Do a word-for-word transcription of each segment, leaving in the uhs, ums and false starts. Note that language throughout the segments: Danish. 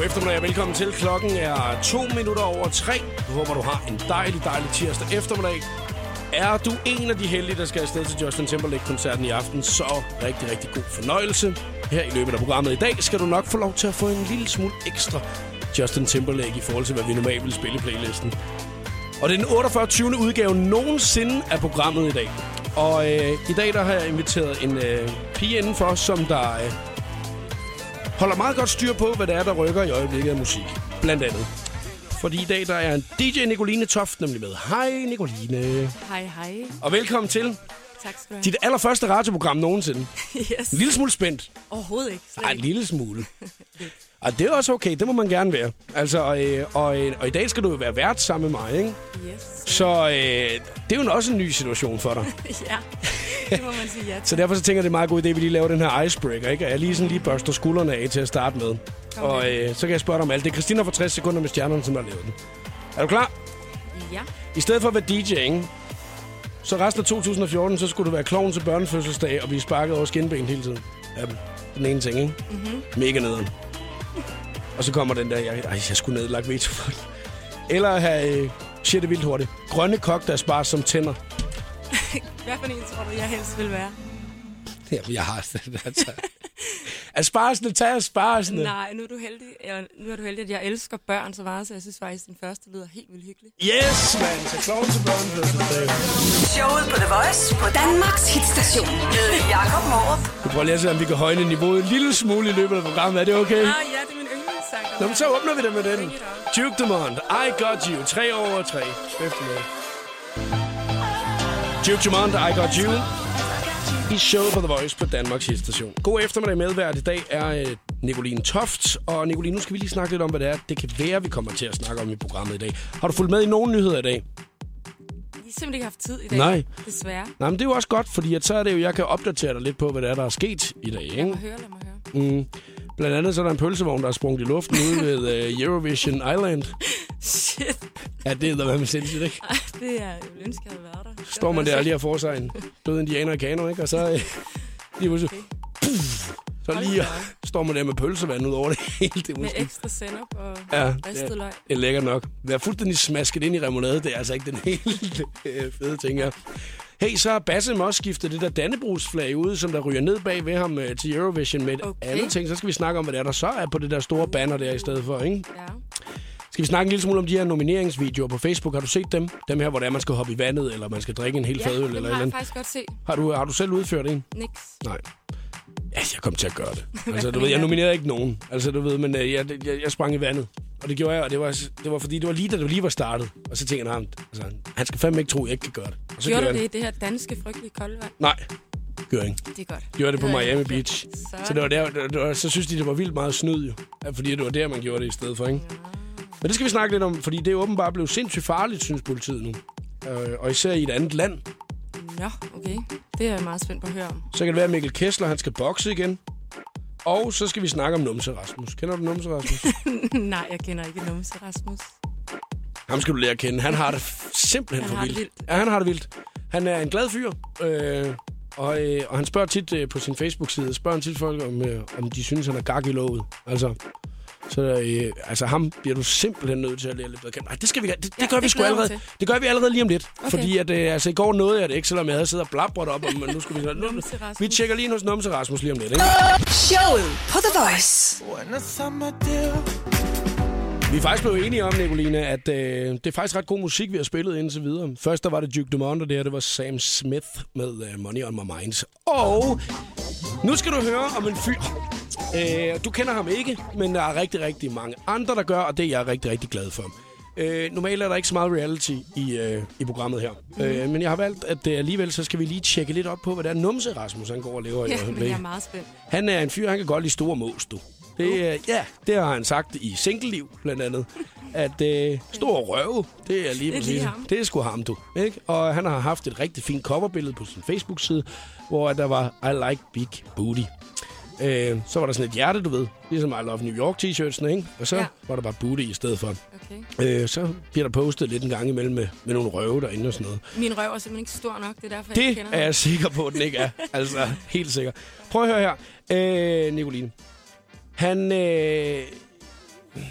God eftermiddag og velkommen til. Klokken er to minutter over tre. Jeg håber, du har en dejlig, dejlig tirsdag eftermiddag. Er du en af de heldige, der skal afsted til Justin Timberlake-koncerten i aften, så rigtig, rigtig god fornøjelse. Her i løbet af programmet i dag skal du nok få lov til at få en lille smule ekstra Justin Timberlake i forhold til, hvad vi normalt vil spille i playlisten. Og det er den otteogfyrre tyvende udgave nogensinde af programmet i dag. Og øh, i dag der har jeg inviteret en øh, pige indenfor, som der øh, holder meget godt styr på, hvad det er, der rykker i øjeblikket af musik. Blandt andet. Fordi i dag der er en D J Nicoline Toft nemlig med. Hej Nicoline. Hej, hej. Og velkommen til. Tak skal du have. Dit allerførste radioprogram nogensinde. Yes. En lille smule spændt. Overhovedet ikke. Nej, en lille smule. Og det er også okay, det må man gerne være. Altså, og, øh, og, øh, og i dag skal du jo være vært sammen med mig, ikke? Yes. Så øh, det er jo også en ny situation for dig. Ja, det må man sige ja til. Så derfor så tænker jeg, det er meget god idé, at vi lige laver den her icebreaker, ikke? Og jeg lige sådan lige børster skuldrene af til at starte med. Kom og øh, så kan jeg spørge dig om alt. Det er Christina for tres sekunder med stjernerne, som har lavet den. Er du klar? Ja. I stedet for at være D J, ikke? Så resten af to tusind og fjorten, så skulle du være klovn til børnefødselsdag og blive sparket over skinbenet hele tiden. Ja, den ene ting, ikke? Mm-hmm. Mega nederen. Og så kommer den der, jeg, ej, jeg skulle nedlagt veto for det. Eller have, øh, siger det vildt hurtigt, grønne cocktailsbars som tænder. Hvad for en tror du, jeg helst vil være? Ja, jeg har det. Altså. Asparsene, tag asparsene. Nej, nu er du heldig, eller, nu er du heldig, at jeg elsker børn så meget, så jeg synes faktisk, at den første lyder helt vildt hyggelig. Yes, man. Så klovn til børnefødselsdag. Showet på The Voice på Danmarks hitstation med Jakob Morup. Vi prøver lige at se, om vi kan højne niveauet en lille smule i løbet af programmet. Er det okay? Ah, ja, det er min yndlingssang. Nå, men så åbner vi det med den. Duke Dumont, I Got You. Tre over tre. Eftermiddag. Duke Dumont, I Got You. I showet på The Voice på Danmarks hitstation. God eftermiddag medvært. I dag er øh, Nicoline Toft. Og Nicoline, nu skal vi lige snakke lidt om, hvad det er. Det kan være, vi kommer til at snakke om i programmet i dag. Har du fulgt med i nogle nyheder i dag? Jeg har simpelthen ikke haft tid i dag. Nej. Desværre. Nej, men det er jo også godt, fordi at så er det jo, jeg kan opdatere dig lidt på, hvad det er, der er sket i dag. Ikke? Lad mig høre, lad mig høre. Mm. Blandt andet så er der en pølsevogn, der er sprunget i luften ude ved uh, Eurovision Island. Shit. Ja, det er der, hvad man sindssygt, ikke? Ej, det er jo ønske, jeg havde været der. Står man der lige og får sig en død indianer i kano, ikke? Og så øh, lige så, Okay. så lige og, står man der med pølsevand ud over det hele. Det er Med måske, ekstra sennep og ja, ristet løg. det er lækkert nok. Det er fuldstændig smasket ind i remoulade. Det er altså ikke den helt øh, fede ting her. Hey, så har Bassem også skiftet det der Dannebrogsflag ud, som der ryger ned bag ved ham øh, til Eurovision med et Okay. andet ting. Så skal vi snakke om, hvad det er, der så er på det der store banner der i stedet for, ikke? Ja. Skal vi snakke en lille smule om de her nomineringsvideoer på Facebook? Har du set dem? Dem her, hvor det er, man skal hoppe i vandet, eller man skal drikke en hel Ja, fadøl, dem eller har eller jeg andet. faktisk godt set. Har du, har du selv udført en? Niks. Nej. Ja, jeg kom til at gøre det. Altså, du ved, jeg nominerede ikke nogen. Altså, du ved, men øh, jeg, jeg, jeg sprang i vandet. Og det gjorde jeg, og det var, det var fordi, det var lige da det lige var startet. Og så tænkte jeg, nah, altså, han skal fandme ikke tro, at jeg ikke kan gøre det. Og så Gjorde du jeg det i det her danske, frygtelige kolde vand? Nej, gør jeg ikke. Det er godt. Gjorde det på Det er Miami rigtig Beach. fedt. Så, Så det var der, det var, så synes de, det var vildt meget snyd, jo. Ja, fordi det var der, man gjorde det i stedet for, ikke? Men det skal vi snakke lidt om, fordi det er åbenbart blevet sindssygt farligt, synes politiet nu. Øh, og især i et andet land. Nå, okay. Det er jeg meget spændt på at høre om. Så kan det være, at Mikkel Kessler, han skal bokse igen. Og så skal vi snakke om Numse Rasmus. Kender du Numse Rasmus? Nej, jeg kender ikke Numse Rasmus. Ham skal du lære at kende. Han har det f- simpelthen Han for har vildt. det vildt. Ja, han har det vildt. Han er en glad fyr. Øh, og, øh, og han spørger tit øh, på sin Facebook-side, spørger han tit folk, om, øh, om de synes, han er gak i låget. Altså... Så øh, altså ham bliver du simpelthen nødt til at lære lidt bedre. Nej, det skal vi det, det Ja, gør vi det sgu glæder jeg mig allerede. til. Det gør vi allerede lige om lidt, Okay. fordi at øh, altså i går nåede jeg det ikke, selvom jeg havde siddet og blabret op om, men nu skal vi nu, Numse Rasmus. vi tjekker lige hos Numse Rasmus lige om lidt, ikke? Showet på The Voice. Vi er faktisk blevet enige om, Nicoline, at øh, det er faktisk ret god musik, vi har spillet indtil videre. Først der var det Duke Dumont, og det her det var Sam Smith med uh, Money on My Mind. Og nu skal du høre om en fyr. Øh, du kender ham ikke, men der er rigtig, rigtig mange andre, der gør, og det er jeg rigtig, rigtig glad for. Øh, normalt er der ikke så meget reality i, øh, i programmet her. Mm. Øh, men jeg har valgt, at øh, alligevel så skal vi lige tjekke lidt op på, hvad der er Numse Rasmus, han går og lever i. Ja, men jeg er meget spændt. Han er en fyr, han kan godt lide store mås, du. Det, uh. Ja, det har han sagt i single-liv, blandt andet. At øh, stor røve, det er lige Det er præcis. lige ham. Det er sgu ham, du. Ikke? Og han har haft et rigtig fint coverbillede på sin Facebook-side, hvor der var I like big booty. Øh, så var der sådan et hjerte, du ved. Ligesom I love New York t-shirtsene, ikke? Og så Ja. var der bare booty i stedet for. Okay. Øh, så bliver der postet lidt en gang imellem med, med nogle røve derinde og sådan noget. Min røv er simpelthen ikke stor nok, det er derfor, jeg Det kender er jeg sikker på, at den ikke er. Altså, helt sikker. Prøv at høre her. Øh, Nicoline. Han, øh,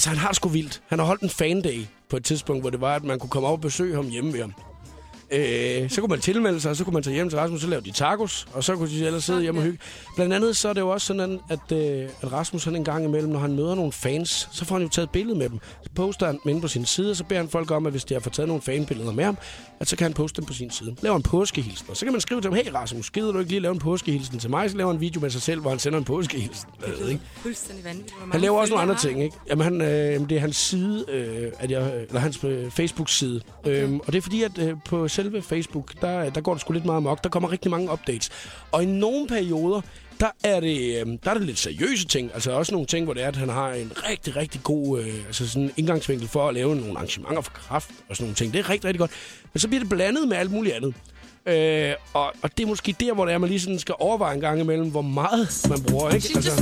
altså, han har det sgu vildt. Han har holdt en fan-day på et tidspunkt, hvor det var, at man kunne komme op og besøge ham hjemme ved ham. Øh, så kunne man tilmelde sig, og så kunne man tage hjem til Rasmus, så lavede de tacos, og så kunne de ellers sidde hjemme og hygge. Blandt andet så er det jo også sådan, at, øh, at Rasmus han en gang imellem, når han møder nogle fans, så får han jo taget et billede med dem. Så poster han dem inde på sin side, og så beder han folk om, at hvis de har fået taget nogle fanbilleder med ham, at så kan han poste dem på sin side. Laver en påskehilsen, og så kan man skrive til ham, hey Rasmus, gider du ikke lige lave en påskehilsen til mig? Så laver han en video med sig selv, hvor han sender en påskehilsen. Det er fuldstændig vanvittigt. Han laver også nogle andre ting, ikke? Jamen, han, øh, det er hans side, øh, at jeg, eller hans øh, Facebook-side. Okay. Øhm, og det er fordi, at øh, på selve Facebook, der, der går det sgu lidt meget amok. Der kommer rigtig mange updates. Og i nogle perioder, der er det, øh, der er det lidt seriøse ting. Altså også nogle ting, hvor det er, at han har en rigtig, rigtig god øh, altså sådan indgangsvinkel for at lave nogle arrangementer for kraft og sådan nogle ting. Det er rigtig, rigtig godt. Men så bliver det blandet med alt muligt andet. Øh, og, og det er måske der, hvor det er, man lige sådan skal overveje en gang imellem, hvor meget man bruger, ikke? Altså,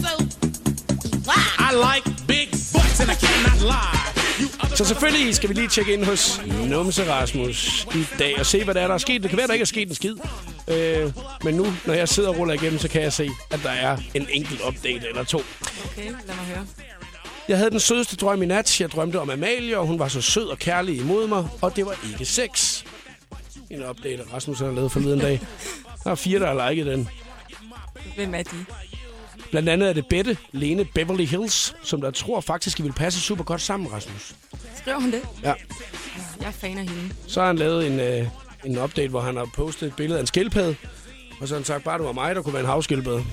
I like big butts and I cannot lie. så selvfølgelig skal vi lige tjekke ind hos Numse Rasmus i dag og se, hvad der er, der er sket. Det kan være, der ikke er sket en skid. Øh, men nu, når jeg sidder og ruller igennem, så kan jeg se, at der er en enkelt update eller to. Okay, lad mig høre. Jeg havde den sødeste drøm i nat. Jeg drømte om Amalie, og hun var så sød og kærlig imod mig. Og det var ikke sex. En update, Rasmus har lavet forleden dag. Der er fire, der har liket den. Hvem er de? Blandt andet er det Bette, Lene Beverly Hills, som der tror faktisk, I vil passe super godt sammen, Rasmus. Skriver hun det? Ja. Jeg er fan af hende. Så har han lavet en, øh, en update, hvor han har postet et billede af en skildpadde. Og så har han sagt, bare det var mig, der kunne være en havskildpadde.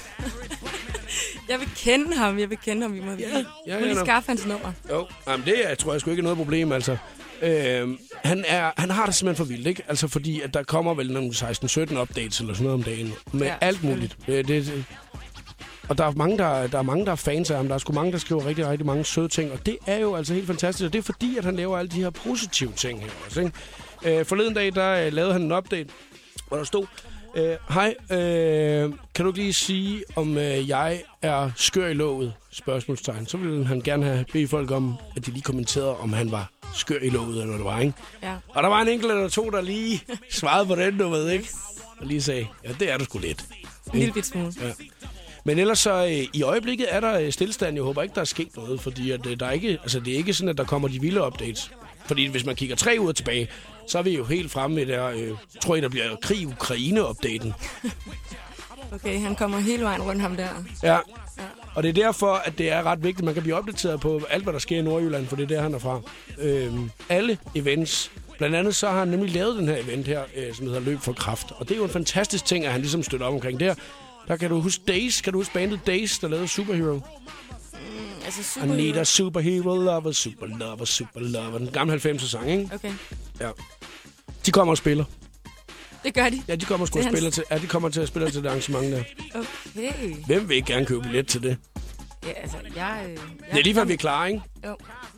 Jeg vil kende ham, jeg vil kende ham. Vi må Ja, ja, lige ja, skaffe hans nummer. Jo, jamen det jeg tror jeg sgu ikke er noget problem, altså. Øh, han, er, han har det simpelthen for vildt, ikke? Altså fordi, at der kommer vel nogle seksten sytten updates eller sådan noget om dagen. Med Ja, alt muligt. Det, det, og der er, mange, der, der er mange, der er fans af ham. Der er sgu mange, der skriver rigtig, rigtig mange søde ting. Og det er jo altså helt fantastisk. Og det er fordi, at han laver alle de her positive ting her også, ikke? Øh, forleden dag, der øh, lavede han en update, hvor der stod... Hej, øh, kan du ikke lige sige, om øh, jeg er skør i låget? Spørgsmålstegn. Så ville han gerne have bedt folk om, at de lige kommenterede, om han var skør i låget, eller hvad det var, ikke? Ja. Og der var en enkelt eller to, der lige svarede på den, du ved, ikke? Og lige sagde, ja, det er du sgu lidt. En lille bit smule. Ja. Men ellers så, øh, i øjeblikket er der øh, stillestand. Jeg håber ikke, der er sket noget, fordi at, øh, der er ikke, altså, det er ikke sådan, at der kommer de vilde updates. Fordi hvis man kigger tre uger tilbage, så er vi jo helt fremme med der, øh, tror jeg, der bliver krig i Ukraine-updaten. Okay, han kommer hele vejen rundt ham der. Ja, og det er derfor, at det er ret vigtigt, at man kan blive opdateret på alt, hvad der sker i Nordjylland, for det er der, han er fra. Øhm, alle events. Blandt andet så har han nemlig lavet den her event her, øh, som hedder Løb for Kraft. Og det er jo en fantastisk ting, at han ligesom støtter op omkring det her. Der kan du huske Days, kan du huske bandet Days, der lavede Superhero? Altså I superhero. need a superhero lover, super lover, super lover. Den gamle halvfemser sang, ikke? Okay, Ja. De kommer og spiller. det gør de. Ja, de kommer, sgu Det og er spiller hans- til, ja, de kommer til at spille til det arrangement der. Okay. Hvem vil ikke gerne købe billet til det? Ja, altså, jeg... øh, jeg Det er lige før vi er klar, ikke? Jo.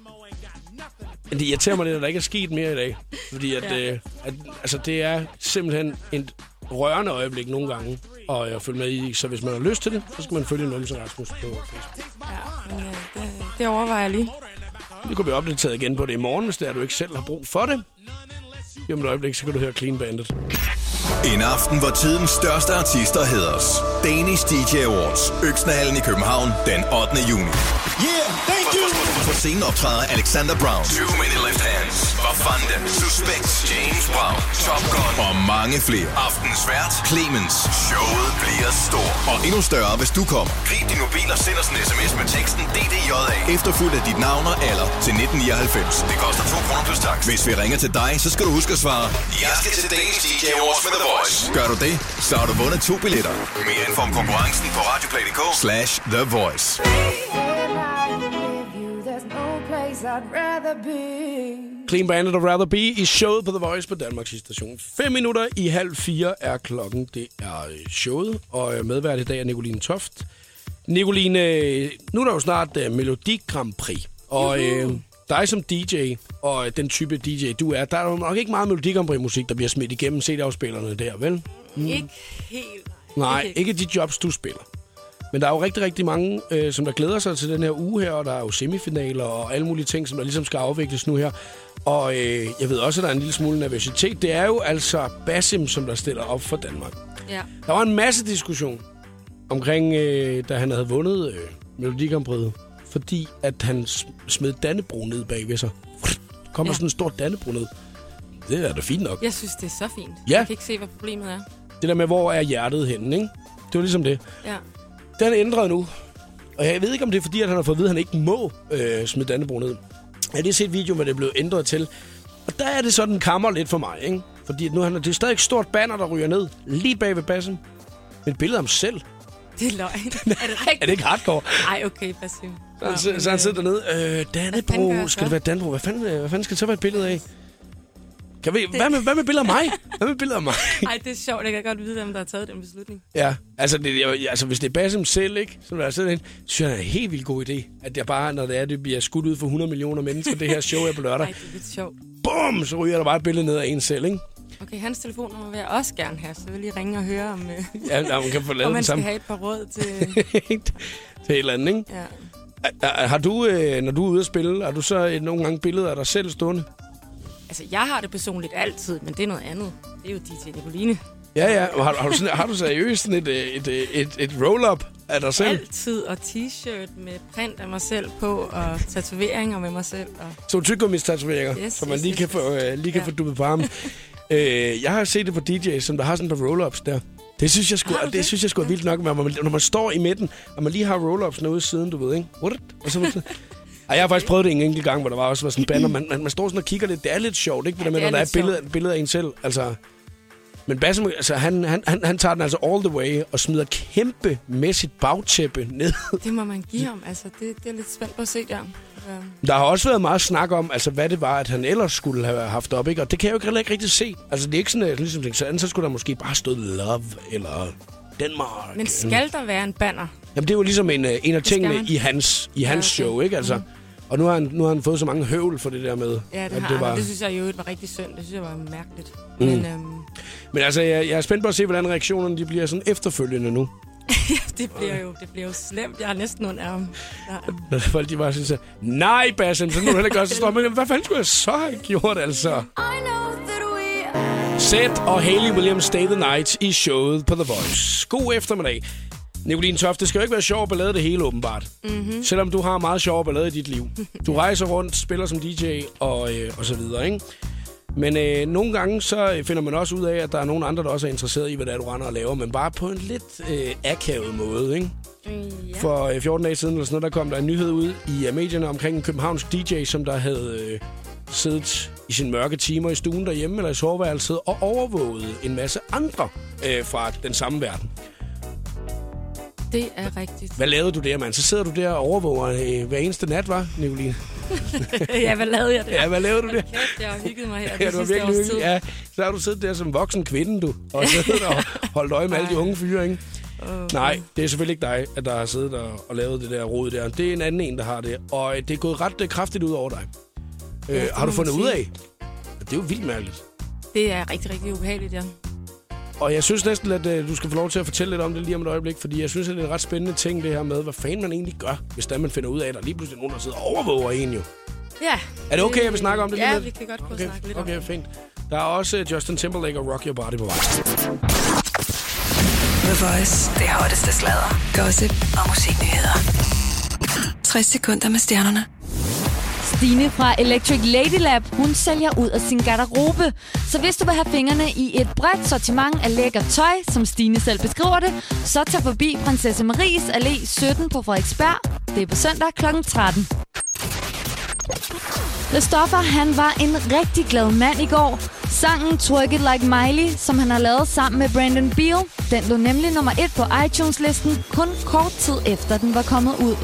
Men det irriterer mig lidt, at der ikke er sket mere i dag. Fordi at, Ja. øh, at altså, det er simpelthen et rørende øjeblik nogle gange. Og jeg følger med i, så hvis man har lyst til det, så skal man følge Numse Rasmus på Facebook. Ja, men øh, det, det overvejer jeg lige. Det kunne vi opdateret igen på det i morgen, hvis det er, du ikke selv har brug for det. I om et øjeblik, så kan du høre Clean Bandit. En aften, hvor tidens største artister heders. Danish D J Awards. Øksnehallen i København den ottende juni. Yeah, thank you. På scenen optræder Alexander Brown, Too Many Left Hands, Vafande, Suspect, James Brown, Top Gun og mange flere. Aftens vært, Clemens. Showet bliver stor. Og endnu større, hvis du kommer. Grib din mobil og send os en sms med teksten D D J A. Efterfulgt af dit navn og alder til nitten nioghalvfems. Det koster to kroner plus tax. Hvis vi ringer til dig, så skal du huske at svare, jeg skal til Danish D J Awards med The Voice. Gør du det, så har du vundet to billetter. Mere info om konkurrencen på radioplay punktum d k slash The Voice. Clean Bandit of Rather Be i showet på The Voice på Danmarks station. Fem minutter i halv fire er klokken. Det er showet, og medvært i dag er Nicoline Toft. Nicoline, nu er der jo snart uh, Melodi Grand Prix, og uh, dig som D J, og den type D J du er, der er jo nok ikke meget Melodi Grand Prix-musik, der bliver smidt igennem C D-afspillerne der, vel? Mm. Ikke helt. Nej, ikke, ikke de jobs, du spiller. Men der er jo rigtig, rigtig mange, øh, som der glæder sig til den her uge her, og der er jo semifinaler og alle mulige ting, som der ligesom skal afvikles nu her. Og øh, jeg ved også, at der er en lille smule nervøsitet. Det er jo altså Basim, som der stiller op for Danmark. Ja. Der var en masse diskussion omkring, øh, da han havde vundet øh, Melodi Grand Prix fordi at han smed Dannebrog ned bagved sig. Kommer ja. sådan en stor Dannebrog ned. Det er da fint nok. Jeg synes, det er så fint. Ja. Jeg kan ikke se, hvad problemet er. Det der med, hvor er hjertet henne, ikke? Det var ligesom det. Ja. Den er ændret nu. Og jeg ved ikke, om det er fordi, at han har fået at vide, at han ikke må øh, smide Dannebrog ned. Jeg har lige set video, hvad det blev ændret til. Og der er det sådan, kammer lidt for mig, ikke? Fordi nu, han, det er stadig et stort banner, der ryger ned. Lige bag ved bassen. Med et billede af ham selv. Det er løgn. Er det rigtigt? Er det ikke hardcore? Ej, okay, Basim. Så, så, så han sidder dernede. Øh, Dannebrog. Skal det være Dannebrog? Hvad fanden, hvad fanden skal det så være et billede af? Kan vi, hvad, med, hvad med billeder af mig? Hvad med billeder af mig? Ej, det er sjovt. Jeg kan godt vide, hvem der har taget den beslutning. Ja, altså, det, jeg, altså hvis det er Basim selv, ikke? Som der er sådan en, så synes jeg, det er en helt vildt god idé. At jeg bare, når det er, det bliver skudt ud for hundrede millioner mennesker, det her show er på lørdag. Ej, det er lidt sjovt. Bum! Så ryger der bare et billede ned af en selv, ikke? Okay, hans telefonnummer vil jeg også gerne have, så jeg vil lige ringe og høre, om, øh, ja, ja, man kan få lavet om man det skal sammen. have et par råd til... til et eller andet, ikke? Ja. Har du, øh, når du er ude at spille, har du så øh, nogle gange billeder af dig selv stående? Altså, jeg har det personligt altid, men det er noget andet. Det er jo D J Nicoline. Ja, ja. Har, har, du, sådan, har du seriøst sådan et, et, et, et, et roll-up af dig selv? Altid, og t-shirt med print af mig selv på, og tatoveringer med mig selv. Og... Så tyggegummis-tatoveringer, yes, så man yes, lige yes, kan få, øh, lige kan ja. få duppet på armen. øh, jeg har set det på D J's, som der har sådan et par roll-ups der. Det synes jeg sgu, det? Det synes jeg sgu er vildt nok, når man, når man står i midten, og man lige har roll-ups noget siden, du ved, ikke? What? Og så sådan, ej, jeg har faktisk prøvet det en enkelt gang, hvor der var også var sådan en banner. Man, man, man står sådan og kigger lidt. Det er lidt sjovt, ikke? Ja, det der med, når der er et billede, billede af en selv. Altså, men Basim, altså, han, han, han, han tager den altså all the way og smider kæmpe med sit bagtæppe ned. Det må man give ham. Altså, det, det er lidt spændt på at se der. Der har også været meget snak om, altså, hvad det var, at han ellers skulle have haft op, ikke? Og det kan jeg jo ikke, ikke rigtig se. Altså, det er ikke sådan, at ligesom, så, så skulle der måske bare stå love eller Danmark. Men skal der være en banner? Jamen, det er jo ligesom en, en af tingene i hans, i hans ja, okay. show, ikke? Altså, mm. Og nu har, han, nu har han fået så mange høvl for det der med. Ja, det har det var... Det synes jeg jo var rigtig synd. Det synes jeg var mærkeligt. Mm. Men, øhm... Men altså, jeg, jeg er spændt på at se, hvordan reaktionerne de bliver sådan efterfølgende nu. det, bliver jo, det bliver jo slemt. Jeg har næsten nogen af dem. Når folk de bare siger, nej, Basim, så nu heller ikke også. Men hvad fanden skulle jeg så have gjort, altså? Seth og Hayley Williams Stay the Night i showet på The Voice. God eftermiddag. Nicoline Toft, det skal jo ikke være sjov at ballade det hele, åbenbart. Mm-hmm. Selvom du har meget sjov at ballade i dit liv. Du rejser rundt, spiller som D J og, øh, og så videre, ikke? Men øh, nogle gange så finder man også ud af, at der er nogen andre, der også er interesseret i, hvad det er, du render og laver. Men bare på en lidt øh, akavet måde, ikke? Mm, yeah. For øh, fjorten dage siden, eller sådan noget, der kom der en nyhed ud i uh, medierne omkring en københavnsk D J, som der havde øh, siddet i sine mørke timer i stuen derhjemme eller i soveværelset og overvåget en masse andre øh, fra den samme verden. Det er rigtigt. Hvad lavede du der, mand? Så sidder du der og overvåger øh, hver eneste nat, var, Nicoline? ja, hvad lavede jeg der? Ja, hvad lavede du der? Kæft, jeg har hygget mig her. Ja, du var virkelig hyggelig. Ja, så har du siddet der som voksen kvinde, du. Og siddet og holdt øje med alle de unge fyre, ikke? Oh, Nej, det er selvfølgelig ikke dig, at der har siddet og, og lavet det der rod der. Det er en anden en, der har det. Og det er gået ret uh, kraftigt ud over dig. Ja, øh, har du fundet ud af? Det er jo vildt mærkeligt. Det er rigtig, rigtig ubehageligt, ja. Og jeg synes næsten, at uh, du skal få lov til at fortælle lidt om det lige om et øjeblik, fordi jeg synes, at det er en ret spændende ting, det her med, hvad fanden man egentlig gør, hvis der man finder ud af, at der lige pludselig er nogen, der sidder og overvåger en jo. Ja. Er det okay, at vi snakker om det ja, lige lidt? Ja, vi kan godt prøve okay. at snakke lidt okay, om det. Okay, fint. Der er også uh, Justin Timberlake og Rock Your Body på vej. The Voice. Det hotteste sladder, gossip og musiknyheder. tres sekunder med stjernerne. Stine fra Electric Lady Lab, hun sælger ud af sin garderobe. Så hvis du vil have fingrene i et bredt sortiment af lækker tøj, som Stine selv beskriver det, så tag forbi Prinsesse Maries Allé sytten på Frederiksberg. Det er på søndag klokken tretten. Christoffer, han var en rigtig glad mand i går. Sangen Twerk It Like Miley, som han har lavet sammen med Brandon Beal, den lå nemlig nummer et på iTunes-listen kun kort tid efter den var kommet ud.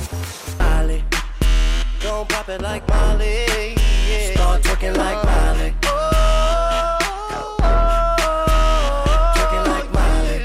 Don't pop it like Molly, yeah. Start twerking like Molly. Twerking like Molly.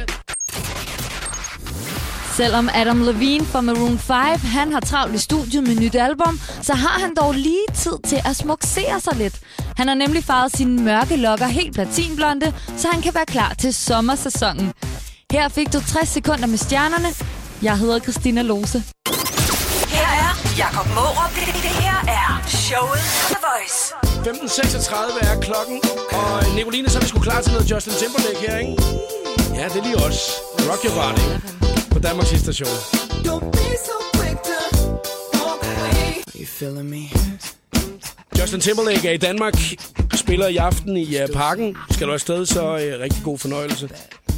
Selvom Adam Levine fra Maroon fem, han har travlt i studiet med nyt album, så har han dog lige tid til at smuksere sig lidt. Han har nemlig farvet sine mørke lokker helt platinblonde, så han kan være klar til sommersæsonen. Her fik du tres sekunder med stjernerne. Jeg hedder Christina Lose. Her er Jakob Mårup. Det, det her er showet på The Voice. femten seksogtredive er klokken, og Nicoline, så er vi sgu klar til noget Justin Timberlake her, ikke? Ja, det er lige os. Rock Your Body på Danmarks station. feeling me? Justin Timberlake er i Danmark, spiller i aften i uh, Parken. Skal du afsted, så uh, rigtig god fornøjelse.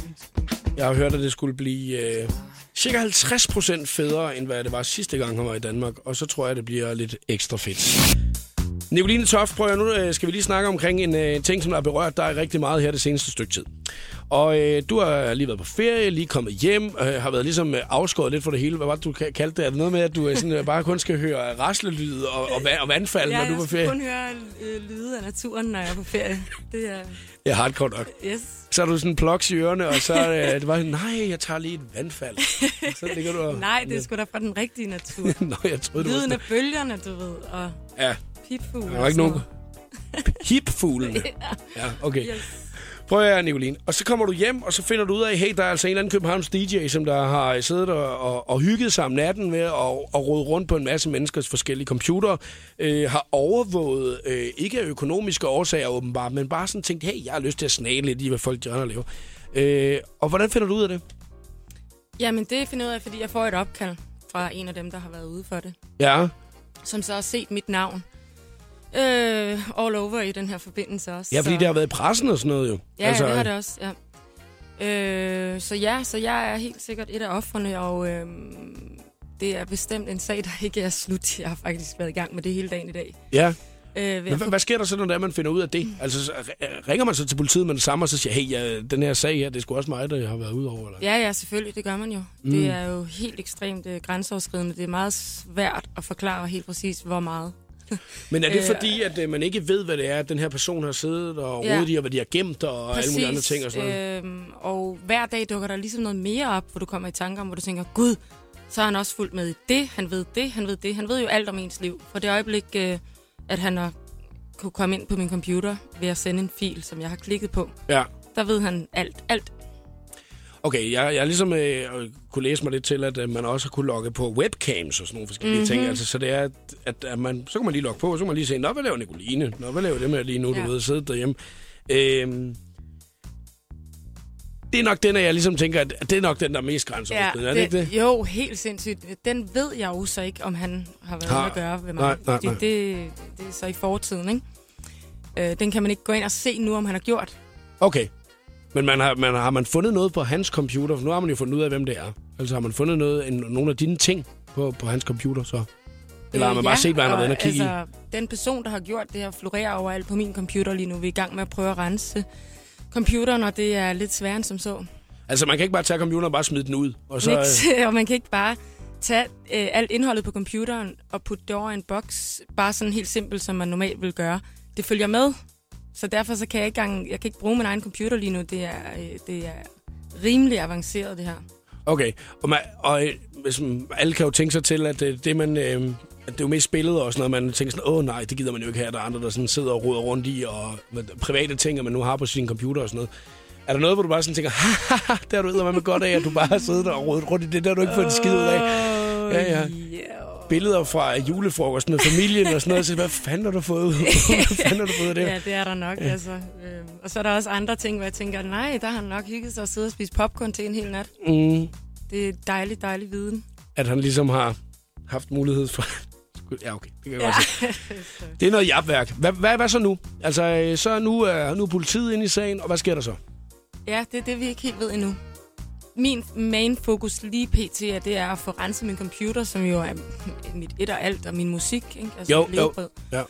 Jeg har hørt, at det skulle blive uh, cirka halvtreds procent federe, end hvad det var sidste gang, han var i Danmark. Og så tror jeg, det bliver lidt ekstra fedt. Nicoline Toft, prøv at nu uh, skal vi lige snakke omkring en uh, ting, som har berørt dig rigtig meget her det seneste stykke tid. Og øh, du har lige været på ferie, lige kommet hjem, øh, har været ligesom øh, afskåret lidt for det hele. Hvad var det, du kaldte det? Er det noget med, at du øh, sådan, øh, bare kun skal høre raslelyd og, og, og vandfald, ja, når du er på ferie? Ja, jeg skal kun høre øh, lyde af naturen, når jeg er på ferie. Det er... Ja, hardcore nok. Yes. Så har du sådan en plugs i ørerne, og så øh, det var nej, jeg tager lige et vandfald. Så ligger du og... Nej, det er sgu da fra den rigtige natur. Nå, jeg troede, du var lyden af bølgerne, du ved, og ja. pipfugle. Der var ikke nogen... Hipfuglene. Ja, okay. Yes. Prøv at høre, Nicoline. Og så kommer du hjem, og så finder du ud af, hey, der er altså en eller anden Københavns D J, som der har siddet og, og, og hygget sig om natten med og, og rodet rundt på en masse menneskers forskellige computere. Øh, har overvåget, øh, ikke af økonomiske årsager åbenbart, men bare sådan tænkt, hey, jeg har lyst til at snage lidt i, hvad folk de andre laver. Øh, og hvordan finder du ud af det? Jamen, det finder jeg ud af, fordi jeg får et opkald fra en af dem, der har været ude for det. Ja. Som så har set mit navn. Øh, all over i den her forbindelse også. Ja, fordi så... det har været i pressen og sådan noget jo. Ja, altså, det har det også, ja. Øh, så ja, så jeg er helt sikkert et af ofrene, og øh, det er bestemt en sag, der ikke er slut. Jeg har faktisk været i gang med det hele dagen i dag. Ja. Øh, Men, hvad sker der så, når det er, man finder ud af det? Altså, så ringer man så til politiet med det samme, og så siger, hey, ja, den her sag her, det er sgu også mig, der har været ude over, eller? Ja, ja, selvfølgelig, det gør man jo. Mm. Det er jo helt ekstremt uh, grænseoverskridende. Det er meget svært at forklare helt præcis, hvor meget. Men er det fordi, at øh, man ikke ved, hvad det er, at den her person har siddet og ja. rodet i, og hvad de har gemt, og præcis. Alle mulige andre ting og sådan noget? Øhm, og hver dag dukker der ligesom noget mere op, hvor du kommer i tanker om, hvor du tænker, gud, så har han også fulgt med i det, han ved det, han ved det. Han ved jo alt om ens liv. For det øjeblik, øh, at han har kunne komme ind på min computer ved at sende en fil, som jeg har klikket på, ja. Der ved han alt, alt. Okay, jeg, jeg ligesom øh, kunne læse mig lidt til, at øh, man også har kunne logge på webcams og sådan nogle forskellige mm-hmm. ting. Altså, så det er, at, at man, så kan man lige logge på, og så kan man lige se, nå, hvad laver Nicoline? Nå, hvad laver det med lige nu, ja. Du ved, sidde derhjemme? Øhm, det er nok den, at jeg ligesom tænker, at det er nok den, der er mest grænseoverskridende, ja, er det ikke det? Jo, helt sindssygt. Den ved jeg jo så ikke, om han har været har, at gøre ved mig. Nej, nej, nej. Det, det er så i fortiden, ikke? Øh, den kan man ikke gå ind og se nu, om han har gjort. Okay. Men man har, man, har man fundet noget på hans computer? For nu har man jo fundet ud af, hvem det er. Altså har man fundet noget, en, nogle af dine ting på, på hans computer så? Eller har man øh, bare ja, set, hvad han har været inde og kigge altså, i? Den person, der har gjort det her, florerer overalt på min computer lige nu. Vi er i gang med at prøve at rense computeren, og det er lidt sværere end som så. Altså man kan ikke bare tage computeren og bare smide den ud? Og, så, Niks, og man kan ikke bare tage øh, alt indholdet på computeren og putte det over i en boks. Bare sådan helt simpelt, som man normalt vil gøre. Det følger med. Så derfor så kan jeg ikke engang, jeg kan ikke bruge min egen computer lige nu. Det er, det er rimelig avanceret, det her. Okay, og, man, og hvis man, alle kan jo tænke sig til, at det, det man, øh, at det er jo mest spillet og sådan noget, man tænker sådan, åh nej, det gider man jo ikke have, der er andre, der sådan sidder og roder rundt i, og private ting, man nu har på sin computer og sådan noget. Er der noget, hvor du bare sådan tænker, haha, det har du eddermame med godt af, at du bare har siddet og rodet rundt i det, der du ikke fået en skid ud af? Ja, ja. Billeder fra julefrokosten med familien og sådan noget, så hvad fanden har du fået, hvad fanden har du fået af det? Ja, det er der nok, ja. Altså. Øhm, og så er der også andre ting, hvor jeg tænker, nej, der har han nok hygget sig og siddet og spist popcorn til en hel nat. Mm. Det er dejlig, dejlig viden. At han ligesom har haft mulighed for... Ja, okay, det kan jeg ja. godt se. Det er noget jabværk. Hvad, hvad, hvad så nu? Altså, så nu er, nu er politiet inde i sagen, og hvad sker der så? Ja, det er det, vi ikke helt ved endnu. Min main fokus lige pt. Er, det er at få renset min computer, som jo er mit et og alt, og min musik, ikke? Altså jo, jo.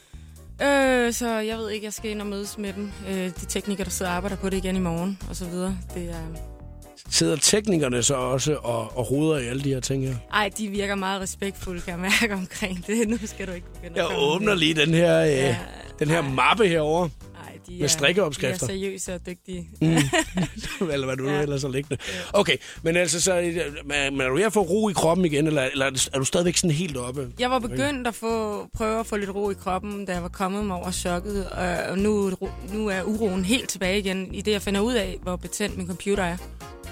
Ja. Øh, så jeg ved ikke, jeg skal ind og mødes med dem. Øh, de teknikere, der sidder og arbejder på det igen i morgen, og så videre. Det er... Sidder teknikerne så også og, og roder i alle de her ting her? Ej, de virker meget respektfulde, kan jeg mærke omkring det. Nu skal du ikke begynde at Jeg åbner lige den her, øh, ja, den her mappe herovre. De med strikkeopskrifter. De er seriøse og dygtige. Mm. Eller hvad du nu ja. ellers har liggende. Okay, men altså, så, men er du ved at få ro i kroppen igen, eller, eller er du stadigvæk sådan helt oppe? Jeg var begyndt at få, prøve at få lidt ro i kroppen, da jeg var kommet mig over chokket, og nu, nu er uroen helt tilbage igen, i det jeg finder ud af, hvor betændt min computer er.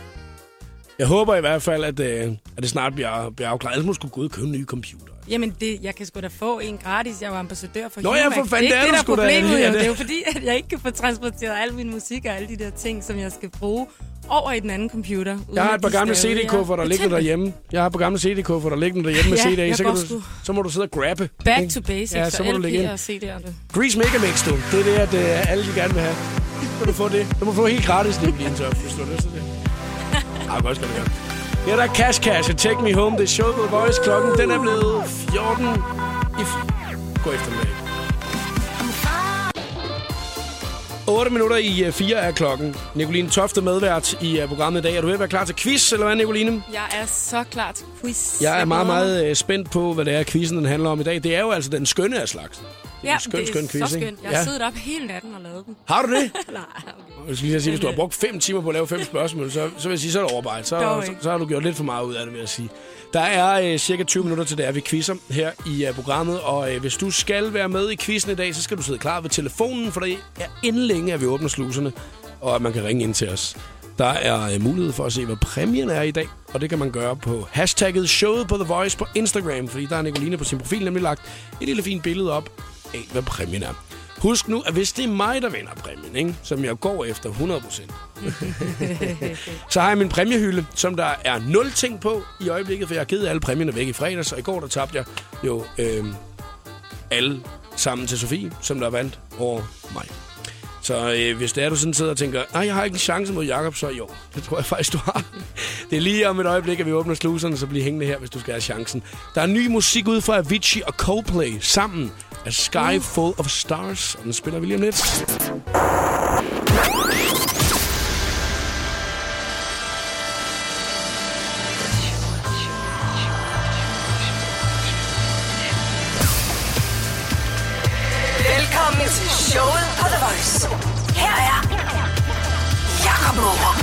Jeg håber i hvert fald, at, at det snart bliver, bliver afklaret. Ellers må du gå ud og købe en ny computer. Jamen, det, jeg kan sgu da få en gratis. Jeg var ambassadør for Nå, Humac. Ja, for fanden, det er ikke det, der er problemet. Da. Jo. Det er jo fordi, at jeg ikke kan få transporteret alle min musik og alle de der ting, som jeg skal bruge over i den anden computer. Jeg har et par gamle C D-kuffer, der ligger derhjemme. Jeg har et par gamle C D-kuffer, der ligger derhjemme med ja, C D'er. Så, kan du, sgu. så må du sidde og grabbe. Back ikke? to basics, ja, så må du ligge ind. og C D'er. Grease Megamix, du. Det er det, at uh, alle de gerne vil have. Så du få det. Du må få helt gratis lige en tør, hvis du har lyst til det. Ej, godt skal du gøre. Her der er Cash Cash og Take Me Home. Det er show på The Voice. Klokken den er blevet fjorten i fire. God eftermiddag. otte minutter i fire er klokken. Nicoline Toft er medvært i uh, programmet i dag. Er du ved at være klar til quiz, eller hvad, Nicoline? Jeg er så klar til quiz. Jeg er meget, meget uh, spændt på, hvad det er, quizzen den handler om i dag. Det er jo altså den skønne af slags. Ja, skøn, det er skøn quiz, så skønt. ikke? Jeg har ja. siddet op hele natten og lavet den. Har du det? Nej, okay. Jeg skal lige sige, hvis du har brugt fem timer på at lave fem spørgsmål, så, så vil jeg sige, så er det overarbejde. Så, så, så har du gjort lidt for meget ud af det, vil jeg sige. Der er øh, cirka tyve minutter til det, at vi quizzer her i øh, programmet. Og øh, hvis du skal være med i quizzen i dag, så skal du sidde klar ved telefonen, for det er inden længe, at vi åbner sluserne, og at man kan ringe ind til os. Der er øh, mulighed for at se, hvad præmien er i dag, og det kan man gøre på hashtagget showet på The Voice på Instagram, fordi der er Nicoline på sin profil nemlig lagt et lille fint billede op af, hvad præmien er. Husk nu, at hvis det er mig, der vinder præmien, ikke, som jeg går efter hundrede procent, så har jeg min præmiehylde, som der er nul ting på i øjeblikket, for jeg har givet alle præmierne væk i fredags, og i går der tabte jeg jo øh, alle sammen til Sofie, som der vandt over mig. Så øh, hvis det er, du sådan sidder og tænker, nej, jeg har ikke en chance mod Jakob, så jo, det tror jeg faktisk, du har. Det er lige om et øjeblik, at vi åbner sluserne, så bliv hængende her, hvis du skal have chancen. Der er ny musik ud fra Avicii og Coldplay sammen af Sky Full of Stars, og den spiller vi lige om lidt. Velkommen til showet på The Voice. Her er Jakob Morup.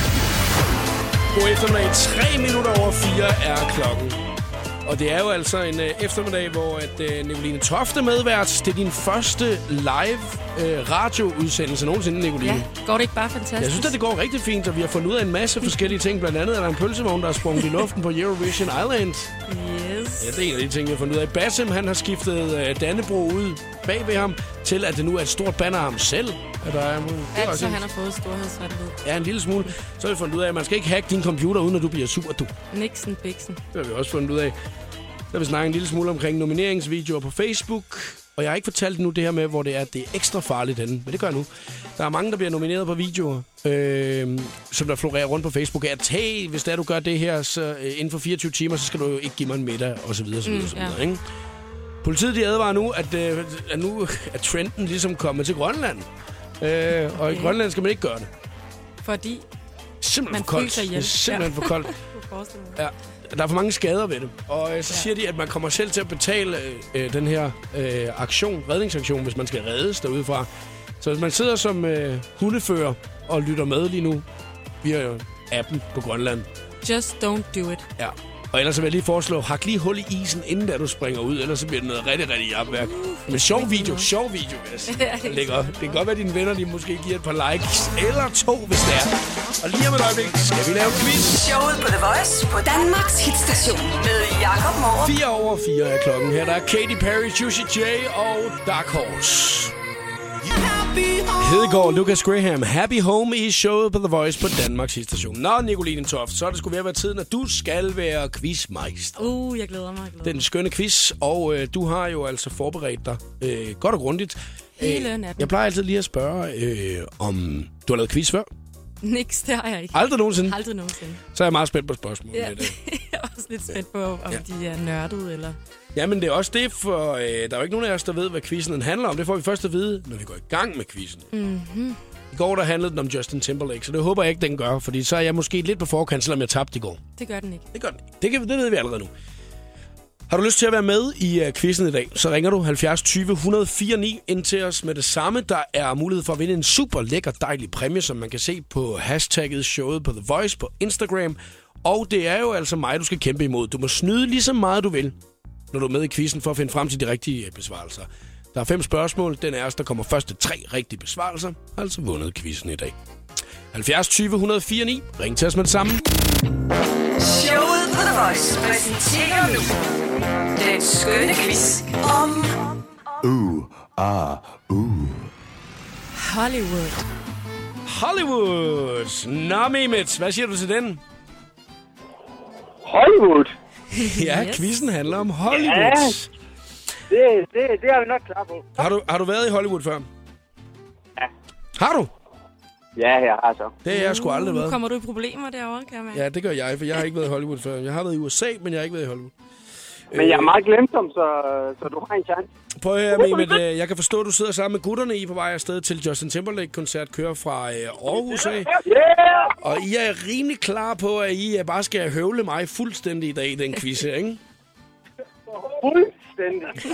God eftermiddag. Tre minutter over fire er klokken. Og det er jo altså en øh, eftermiddag, hvor at, øh, Nicoline Toft er medvært. Det er din første live øh, radioudsendelse nogensinde, Nicoline. Ja, går det ikke bare fantastisk? Jeg synes, at det går rigtig fint, og vi har fundet ud af en masse forskellige ting. Blandt andet er der en pølsevogn, der er sprunget i luften på Eurovision Island. Yes. Ja, det er en af de ting, vi har fundet ud af. Basim, han har skiftet øh, Dannebro ud bag ved ham, til at det nu er et stort banner af ham selv. At der er, altså, han har fået storhedsvanvid. Ja, en lille smule. Så har vi fundet ud af, at man skal ikke hacke din computer, uden at du bliver sur, du. Nixon, Bixen. Det har vi også fundet ud af. Så har vi snakket en lille smule omkring nomineringsvideoer på Facebook. Og jeg har ikke fortalt nu det her med, hvor det er, det er ekstra farligt henne. Men det gør jeg nu. Der er mange, der bliver nomineret på videoer, øh, som der florerer rundt på Facebook. At hey, hvis det er, du gør det her, så øh, inden for fireogtyve timer, så skal du jo ikke give mig en middag, og så videre, så videre, mm, så videre, ja. Ikke? Politiet, de advarer nu, at, øh, at nu er trenden ligesom kommet til Grønland. Øh, og i Grønland skal man ikke gøre det. Fordi simpelthen for koldt. Det er simpelthen ja. for koldt. Ja. Der er for mange skader ved det. Og øh, så siger ja. de, at man kommer selv til at betale øh, den her øh, aktion, redningsaktion, hvis man skal reddes derudefra. Så hvis man sidder som øh, hundefører og lytter med lige nu via appen på Grønland. Just don't do it. Ja. Og ellers vil jeg lige foreslå, hak lige hul i isen, inden da du springer ud, ellers så bliver det noget rigtig, rigtig jabværk. Men sjov video, sjov video, vil jeg sige. Det kan godt være, at dine venner de måske giver et par likes, eller to, hvis det er. Og lige om et øjeblik skal vi lave quiz. Showet på The Voice på Danmarks hitstation med Jakob Morup. Fire over fire er klokken her. Der er Katy Perry, Juicy J og Dark Horse. Hedegaard, Lucas Graham, Happy Home i showet på The Voice på Danmarks hitstation. Nå, Nicoline Toft, så er det sgu ved at være tiden, at du skal være quizmeister. Uh, jeg glæder mig. Jeg glæder Den skønne quiz, og øh, du har jo altså forberedt dig øh, godt og grundigt. Hele natten. Jeg plejer altid lige at spørge, øh, om du har lavet quiz før? Niks, det har jeg ikke. Aldrig nogensinde? Aldrig nogensinde. Så er jeg meget spændt på spørgsmålet. Ja, jeg er også lidt spændt på, om ja. de er nørdet, eller... Jamen, det er også det, for øh, der er jo ikke nogen af os, der ved, hvad quizzen handler om. Det får vi først at vide, når vi går i gang med quizzen. Mm-hmm. I går, der handlede den om Justin Timberlake, så det håber jeg ikke, den gør, fordi så er jeg måske lidt på forkant, selvom jeg tabte i går. Det gør den ikke. Det gør den ikke. Det, kan, det ved vi allerede nu. Har du lyst til at være med i uh, quizzen i dag, så ringer du halvfjerds tyve et nul fire ni ind til os med det samme. Der er mulighed for at vinde en super lækker, dejlig præmie, som man kan se på hashtagget showet på The Voice på Instagram. Og det er jo altså mig, du skal kæmpe imod. Du må snyde lige så meget, du vil, når du er med i quizzen, for at finde frem til de rigtige besvarelser. Der er fem spørgsmål. Den er os, der kommer først til tre rigtige besvarelser, har altså vundet quizzen i dag. halvfjerds tyve et nul fire ni. Ring til os med det samme. Showet på The Voice præsenterer nu den skønne quiz om... Uh, ah, uh. Hollywood. Hollywood. Nå, Mehmet, hvad siger du til den? Hollywood? Ja, Yes. quizzen handler om Hollywood. Ja. Det, det, det er vi nok klar på. Har du, har du været i Hollywood før? Ja. Har du? Ja, jeg har så. Det har jeg sgu aldrig Nu været. kommer du i problemer derovre, kan jeg mærke. Ja, det gør jeg, for jeg har ikke været i Hollywood før. Jeg har været i U S A, men jeg har ikke været i Hollywood. Men jeg er meget glemsom, så, så du har en chance. Prøv at høre, Mehmet. øh, Jeg kan forstå, at du sidder sammen med gutterne i på vej afsted til Justin Timberlake-koncert, kører fra øh, Aarhus af. Yeah! Og I er rimelig klar på, at I øh, bare skal høvle mig fuldstændig i dag i den quiz her, ikke? Fuldstændig.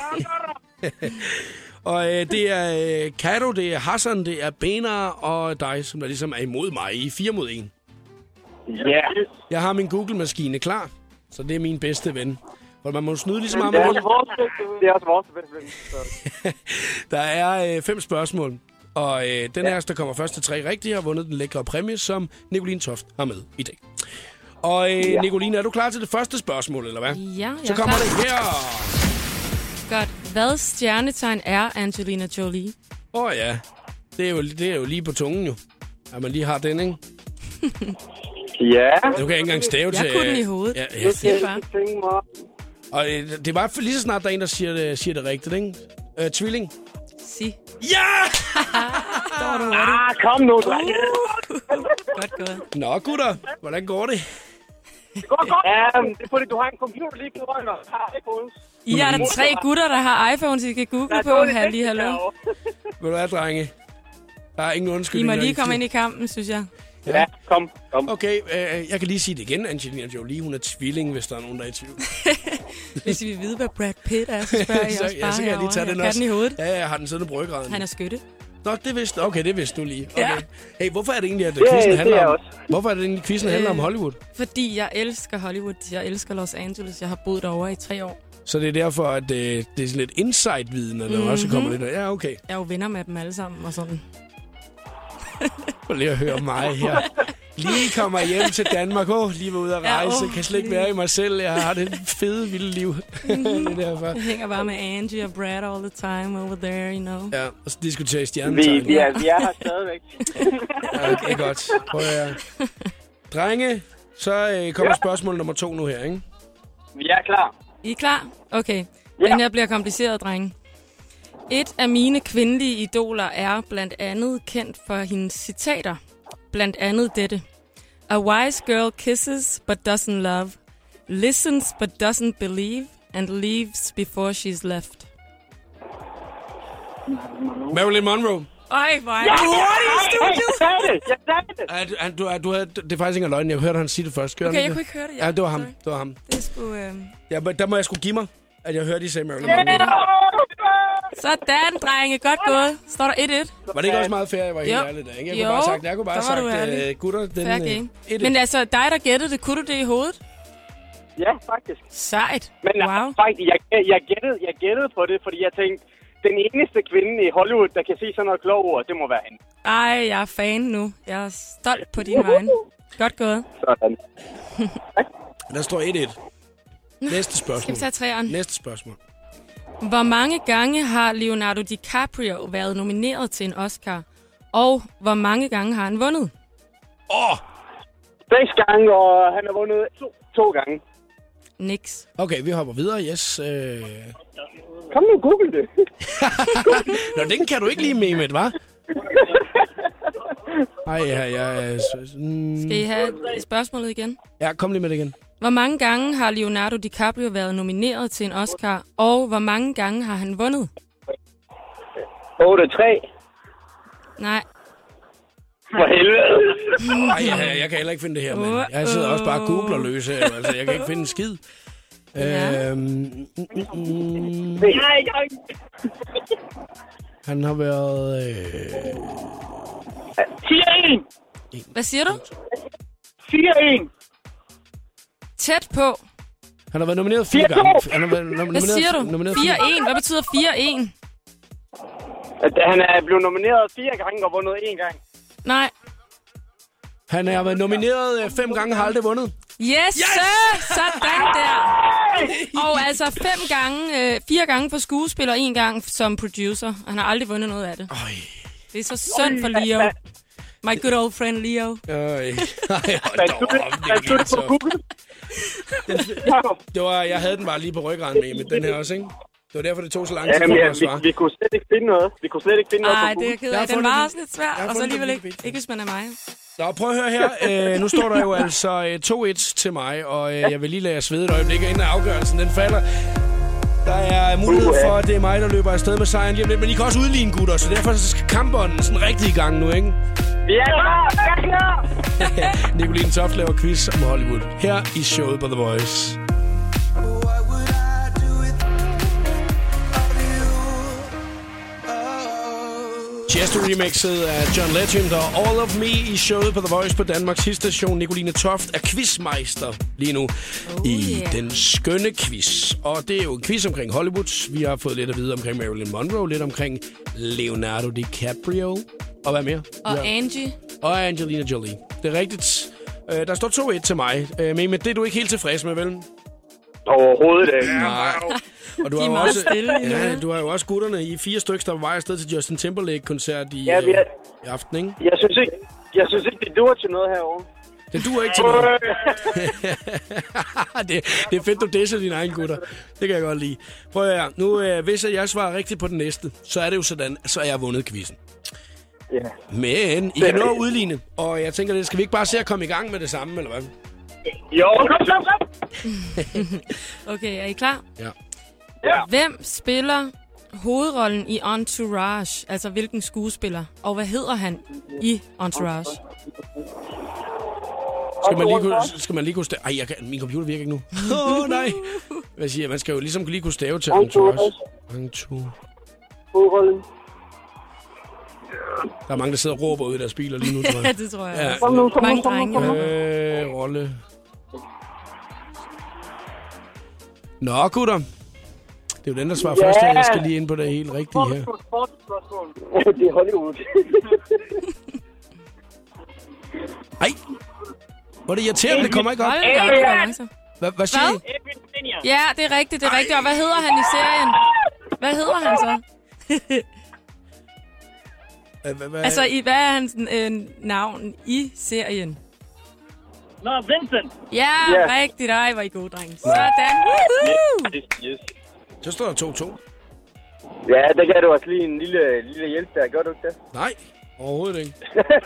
Og øh, det er øh, Kato, det er Hassan, det er Benar og dig, som der ligesom er imod mig i fire mod en. Ja. Yeah. Jeg har min Google-maskine klar, så det er min bedste ven. Og man må snyde lige så meget Det med er det. også vores bedste. Det er også vores bedste. ven, så. Der er øh, fem spørgsmål, og øh, den her, der kommer først til tre rigtige, har vundet den lækre præmie, som Nicoline Toft har med i dag. Og øh, ja. Nicoline, er du klar til det første spørgsmål, eller hvad? Ja, jeg Så er kommer klar. det her. Godt. Hvad stjernetegn er Angelina Jolie? Åh oh, ja, det er, jo, det er jo lige på tungen jo. At man lige har den, ikke? Ja. Du kan ikke engang stave til... Jeg kunne den i hovedet. Ja, ja. Jeg siger bare. Tænk mig. Og øh, det var lige så snart, der er en, der siger det, siger det rigtigt, ikke? Øh, tvilling. Sig. Ja! Ah, kom nu, drenge. Godt gået. Nå, gutter. Hvordan går det? Det går godt. Ja, det er fordi, du har en computer lige foran og har iPhones. I er der tre gutter, der har iPhones, I kan google på. Halli, hallo. Vil du have, drenge? Der er ingen I undskyldning. må lige komme ind i kampen, synes jeg. Ja, kom, kom. Okay, øh, jeg kan lige sige det igen. Angelina Jolie, hun er tvilling, hvis der er nogen, der er i tvivl. Hvis I vil vide, hvad Brad Pitt er, så spørger jeg så, også ja, bare så kan jeg lige tage herovre. den Jeg også. kan den i hovedet. Ja, jeg har den siddende på ryggraden. Han er skytte. Nå, det vidste okay, det vidste du lige. Okay. Ja. Hey, hvorfor er det egentlig, at Det- quizzen det handler er om... også. Hvorfor er det egentlig, quizzen handler om Øh. Hollywood? Fordi jeg elsker Hollywood. Jeg elsker Los Angeles. Jeg har boet derovre i tre år. Så det er derfor, at øh, det er sådan lidt insight-viden, at der Mhm. også kommer lidt... Ja, okay. Jeg er jo venner med dem alle sammen og sådan. Prøv lige at høre mig her. Lige kommer hjem til Danmark. Åh, oh, lige var ude at Ja, rejse. åh, kan slet ikke være i mig selv. Jeg har det fede, vilde liv. det er derfor. Jeg hænger bare med Angie og Brad all the time over there, you know. Ja, og så diskuterer I Vi, stjernetegn. vi, er, vi er her stadigvæk. Ja, okay, godt. Prøv at høre. Drenge, så øh, kommer Ja. spørgsmål nummer to nu her, ikke? Vi er klar. I er klar? Okay. Ja. Den her bliver kompliceret, drenge. Et af mine kvindelige idoler er blandt andet kendt for hendes citater. Blandt andet dette. A wise girl kisses but doesn't love, listens but doesn't believe, and leaves before she's left. Marilyn Monroe. Ej, hvor er det hurtigt i studiet! Jeg sagde det! Jeg sagde det! Er, er, du, er, du havde, det er faktisk ikke en løgn. Jeg hørte han sige det først. Gør Okay, han jeg det? kunne ikke høre det. Ja, det var ham. Sorry. Det var ham. Det er sgu... Øh... Ja, men der må jeg skulle give mig, at jeg hørte, I sagde Marilyn Monroe. Sådan, drenge. Godt gået. Står der et et. Var det ikke også meget fair, jeg var helt Jo. ærlig der, ikke? Jeg kunne Jo, bare sagt, jeg kunne bare så var du sagt, ærlig. uh, gutter, den Fair uh, game. et, Men altså, dig, der gættede det, kunne du det i hovedet? Ja, faktisk. Sejt. Men Wow. faktisk, jeg, jeg, gættede, jeg gættede på det, fordi jeg tænkte, den eneste kvinde i Hollywood, der kan sige sådan noget klog ord, det må være hende. Ej, jeg er fan nu. Jeg er stolt på din vegne. Godt gået. Sådan. Der står et et. Næste Skal spørgsmål. vi tage træerne? Næste spørgsmål. Hvor mange gange har Leonardo DiCaprio været nomineret til en Oscar? Og hvor mange gange har han vundet? Åh! Oh! Seks gange, og han har vundet to, to gange. Niks. Okay, vi hopper videre. Yes. Øh... Kom nu, google det. Nå, den kan du ikke lige med med, hva'? Ej, ja, ja. Mm... Skal I have spørgsmålet igen? Ja, kom lige med det igen. Hvor mange gange har Leonardo DiCaprio været nomineret til en Oscar? Og hvor mange gange har han vundet? otte tre. Nej. For helvede. Ej, ja, jeg kan heller ikke finde det her, men jeg sidder også bare og googler løs her. Altså, jeg kan ikke finde en skid. Ja. Øhm, mm, mm, mm. Jeg er i gang. Han har været... Øh... fire en. Hvad siger du? fire en. Tæt på. Han har været nomineret fire gange. Han har været nom- nomineret, Hvad siger du? Nomineret fire en. Hvad betyder fire en? At han er blevet nomineret fire gange og vundet en gang. Nej. Han har været nomineret øh, fem gange og har aldrig vundet. Yes, yes! Sir! Sådan der. Og altså fem gange, øh, fire gange for skuespiller og en gang som producer. Han har aldrig vundet noget af det. Øj. Det er så synd for Leo. My good old friend Leo. Øh, ej, hold da op. Det er så... Den, det var, jeg havde den bare lige på ryggraden med, men den her også, ikke? Det var derfor, det tog så lang tid Ja, for men, mig ja, at svare. vi, vi kunne slet ikke finde noget. Vi kunne slet ikke finde noget Nej, på det er jeg ked af. Den var også lidt svær, og så alligevel ikke. Ikke hvis man er mig. Nå, prøv at høre her. Øh, nu står der jo altså øh, to et til mig, og øh, jeg vil lige lade jer svede et øjeblik, inden afgørelsen den falder. Der er mulighed for, at det er mig, der løber afsted med sejren lige om lidt. Men I kan også udligne, gutter, så derfor skal kampånden sådan rigtig i gang nu, ikke? Vi er klar! Vi er klar! Nicoline Toft laver quiz om Hollywood. Her i showet på The Voice. Chesto remixet af John Legend og All of Me i showet på The Voice på Danmarks hitstation. Nicoline Toft er quizmeister lige nu oh, i yeah. den skønne quiz. Og det er jo en quiz omkring Hollywood. Vi har fået lidt at vide omkring Marilyn Monroe, lidt omkring Leonardo DiCaprio. Og hvad mere? Og ja. Angie. Og Angelina Jolie. Det er rigtigt. Der står to et til mig. Men det er du ikke helt tilfreds med, vel? Overhovedet ikke. Nej. Og du De har er jo meget også, stille ja, du har jo også gutterne i fire stykker, der var vej afsted til Justin Timberlake-koncert i, Ja, vi er... øh, i aften, ikke? Jeg synes ikke, jeg synes ikke, det duer til noget herovre. Det duer ikke til noget. det, det er fedt, du disser dine egne gutter. Det kan jeg godt lide. Prøv at høre. Nu, øh, hvis jeg svarer rigtigt på den næste, så er det jo sådan, så er jeg vundet quizzen. Ja. Men I kan nå at udligne, og jeg tænker, det skal vi ikke bare se at komme i gang med det samme, eller hvad? Jo, kom, kom, kom! Okay, er I klar? Ja. Ja. Hvem spiller hovedrollen i Entourage? Altså, hvilken skuespiller? Og hvad hedder han i Entourage? Skal man lige kunne, skal man lige kunne stave... Ej, jeg kan, min computer virker ikke nu. Åh, oh, nej. Hvad siger jeg? Man skal jo ligesom lige kunne stave til Entourage. Entourage. Hovedrollen. Der er mange, der sidder og råber ud i deres biler lige nu, tror jeg. Ja, det tror jeg Ja. også. Mange drenge. Øh, rolle. Nå, gutter. Det er jo den, der svarer yeah. først, jeg skal lige ind på det helt rigtige her. Det er Hollywood. Ej, hvor er det irriterende, det kommer ikke op. Hold da op, det var langsomt. Hvad, hvad siger I? Ja, det er rigtigt, det er rigtigt. Og hvad hedder han i serien? Hvad hedder han så? Hva, hva? Altså, i, hvad er hans øh, navn i serien? Nå, Vincent. Ja, Yeah. rigtigt. Ej, hvor I gode, drenge. Sådan. Woohoo! Yes. Så står der to to. Ja, der gav du også lige en lille, lille hjælp der. Gør du ikke det? Nej, overhovedet ikke.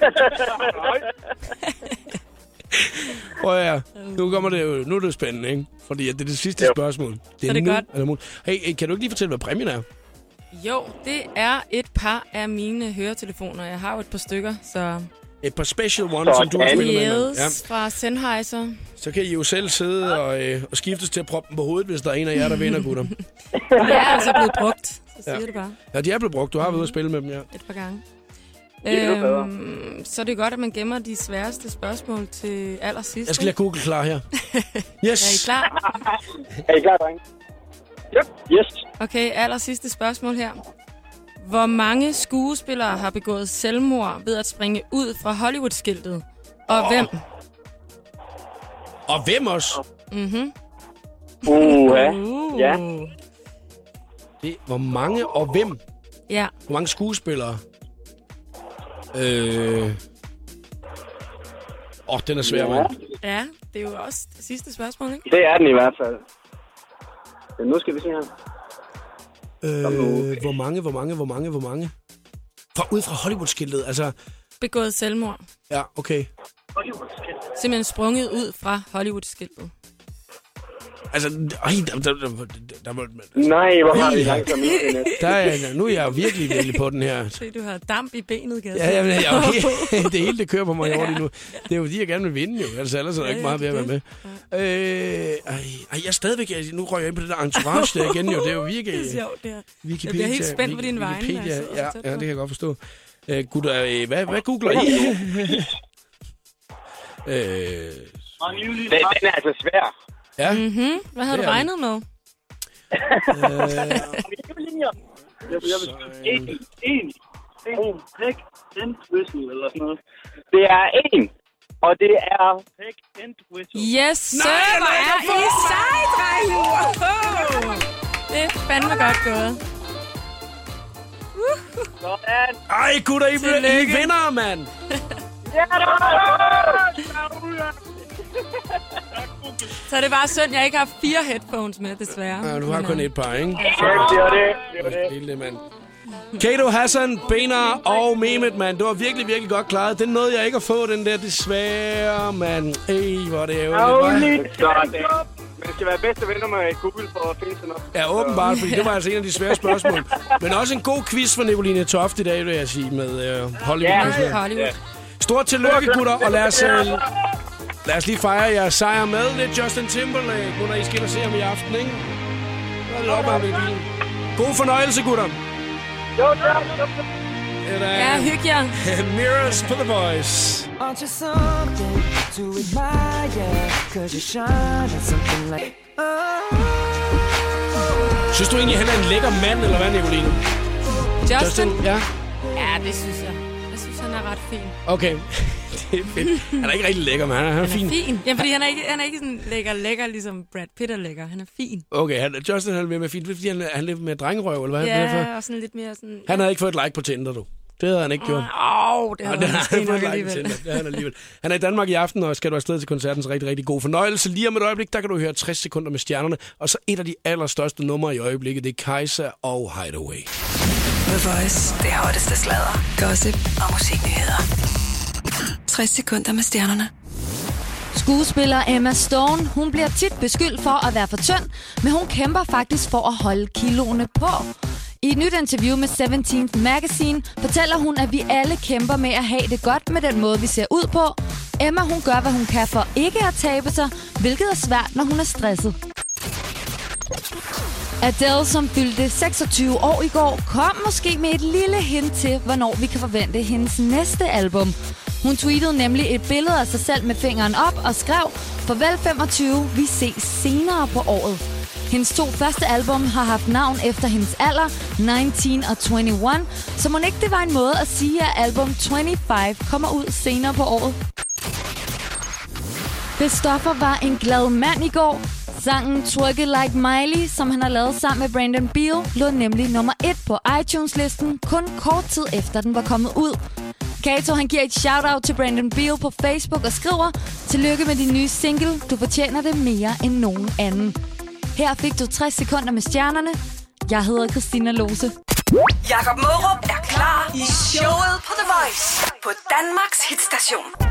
Prøv at høre. Nu kommer det jo, nu er det spændende, ikke? Fordi det er det sidste jo. spørgsmål. Det Så er det nu, godt. Eller, hey, kan du ikke lige fortælle, hvad præmien er? Jo, det er et par af mine høretelefoner. Jeg har jo et par stykker, så... Et par special ones, som du har spillet med. Yes, Ja. fra Sennheiser. Så kan I jo selv sidde og, øh, og skiftes til at proppe dem på hovedet, hvis der er en af jer, der vinder, gutter. De er altså blevet brugt, så siger Ja. det bare. Ja, de er blevet brugt. Du har været ude at spille med dem, ja. Et par gange. Det er bedre. Øhm, så er det godt, at man gemmer de sværeste spørgsmål til allersidst. Jeg skal lige have Google klar her. Yes. Er I klar? Er I klar, drenge? Yep. Yes. Okay, allersidste spørgsmål her. Hvor mange skuespillere har begået selvmord ved at springe ud fra Hollywood-skiltet? Og hvem? Og hvem også? Mhm. Uha. Uh. Ja. Det, hvor mange og hvem? Ja. Hvor mange skuespillere? Øh... Åh, oh, den er svær, Ja. mand. Ja, det er jo også det sidste spørgsmål, ikke? Det er den i hvert fald. Men nu skal vi se her. Øh, hvor mange, hvor mange, hvor mange, hvor mange? Fra, ud fra Hollywood-skiltet, altså... Begået selvmord. Ja, okay. Simpelthen sprunget ud fra Hollywood-skiltet. Altså, ej, der, der, der, der, der må... Nej, hvor har vi Ja. langsomt internet. Der er, nu er jeg jo virkelig, virkelig på den her. Se, du har damp i benet, kan jeg Ja, se. jamen, jeg, er jo helt, det hele, det kører på mig over lige nu. Det er jo fordi, jeg gerne vil vinde, jo. Altså, ellers er der Ja, ikke ja, meget ved at være med. Øh, ej, ej, jeg er stadigvæk... Jeg, nu røg jeg ind på det der entourage der igen, jo. Det er jo virkelig... Det er sjovt, det her. Wikipedia, Jeg bliver helt spændt på din vegne, når jeg Wikipedia, sidder ja, så tæt ja, på. det kan jeg godt forstå. Øh, gutter, øh, hvad, hvad googler I? øh, Den, den er altså svær. ja. Mhm. Hvad havde Det du er regnet med? Øh, Jeg vil en, en, en pæk, en whistle eller sådan noget. Det er en, og det er pæk, en whistle. Yes, sir! Hvor er I sej, drenge! Wow. Det er fandme godt gået. Sådan. ej, gutter, I, I Tillykke. vinder, mand! Så er det bare synd, jeg ikke har fire headphones med, desværre. Ja, du har kun et par, ikke? Ja, det er det. Det er det. Lille mand. Kato, Hassan, Benar og Mehmet, mand. Det var virkelig, virkelig godt klaret. Den nåede jeg ikke at få, den der, desværre, mand. Ej, hvor er det ærgerligt, hva'? Man skal være bedste venner med Google for at finde sådan noget. Ja, åbenbart, fordi det var altså en af de svære spørgsmål. Men også en god quiz for Nicoline Toft i dag, vil jeg sige, med uh, Hollywood. Ja, Hollywood. Stort tillykke, gutter, og lad os, uh, lad os lige fejre jeres sejr med lidt Justin Timberlake, nu når I skal ind og se ham i aften, ikke? Så er det op af bilen. God fornøjelse, gutter. Jo, tak. Ja, hygge jer. Mirrors på The Voice. Aren't you something to admire? Cause you shine at something like oh. Synes du egentlig, han er en lækker mand, eller hvad, Nicoline? Justin? Justin? Ja. Ja, det synes jeg. Jeg synes, han er ret fin. Okay, det er fedt. Han er ikke rigtig lækker, men han er, han er Han fin. er fin. Ja, fordi han er ikke, han er ikke sådan lækker, lækker, ligesom Brad Pitt er lækker. Han er fin. Okay, han, Justin han er lidt mere fint, fordi han, han er lidt mere drengerøv, eller hvad? Ja, og sådan lidt mere sådan... Han havde ikke fået et like på Tinder, du. Det havde han ikke gjort. Åh, oh, det havde han måske nok alligevel. Det han alligevel. Han er i Danmark i aften, og skal du afsted til koncerten, så rigtig, rigtig god fornøjelse. Lige om et øjeblik, der kan du høre tres sekunder med stjernerne. Og så et af de allerstørste numre i øjeblikket, det er Kajsa og Hideaway. The Voice. Det hotteste sladder, gossip og musiknyheder. tres sekunder med stjernerne. Skuespiller Emma Stone, hun bliver tit beskyldt for at være for tynd, men hun kæmper faktisk for at holde kiloene på. I et nyt interview med seventeenth Magazine fortæller hun, at vi alle kæmper med at have det godt med den måde, vi ser ud på. Emma, hun gør, hvad hun kan for ikke at tabe sig, hvilket er svært, når hun er stresset. Adele, som fyldte seksogtyve år i går, kom måske med et lille hint til, hvornår vi kan forvente hendes næste album. Hun tweetede nemlig et billede af sig selv med fingeren op og skrev, farvel femogtyve, vi ses senere på året. Hendes to første album har haft navn efter hendes alder, nitten og enogtyve, så må ikke det var en måde at sige, at album femogtyve kommer ud senere på året. Christopher var en glad mand i går. Sangen Twerk It Like Miley, som han har lavet sammen med Brandon Beal, lå nemlig nummer et på iTunes-listen kun kort tid efter den var kommet ud. Kato, han giver et shout-out til Brandon Beal på Facebook og skriver, tillykke med din nye single, du fortjener det mere end nogen anden. Her fik du tres sekunder med stjernerne. Jeg hedder Christina Lose. Jakob Mårup er klar i showet på The Voice på Danmarks hitstation.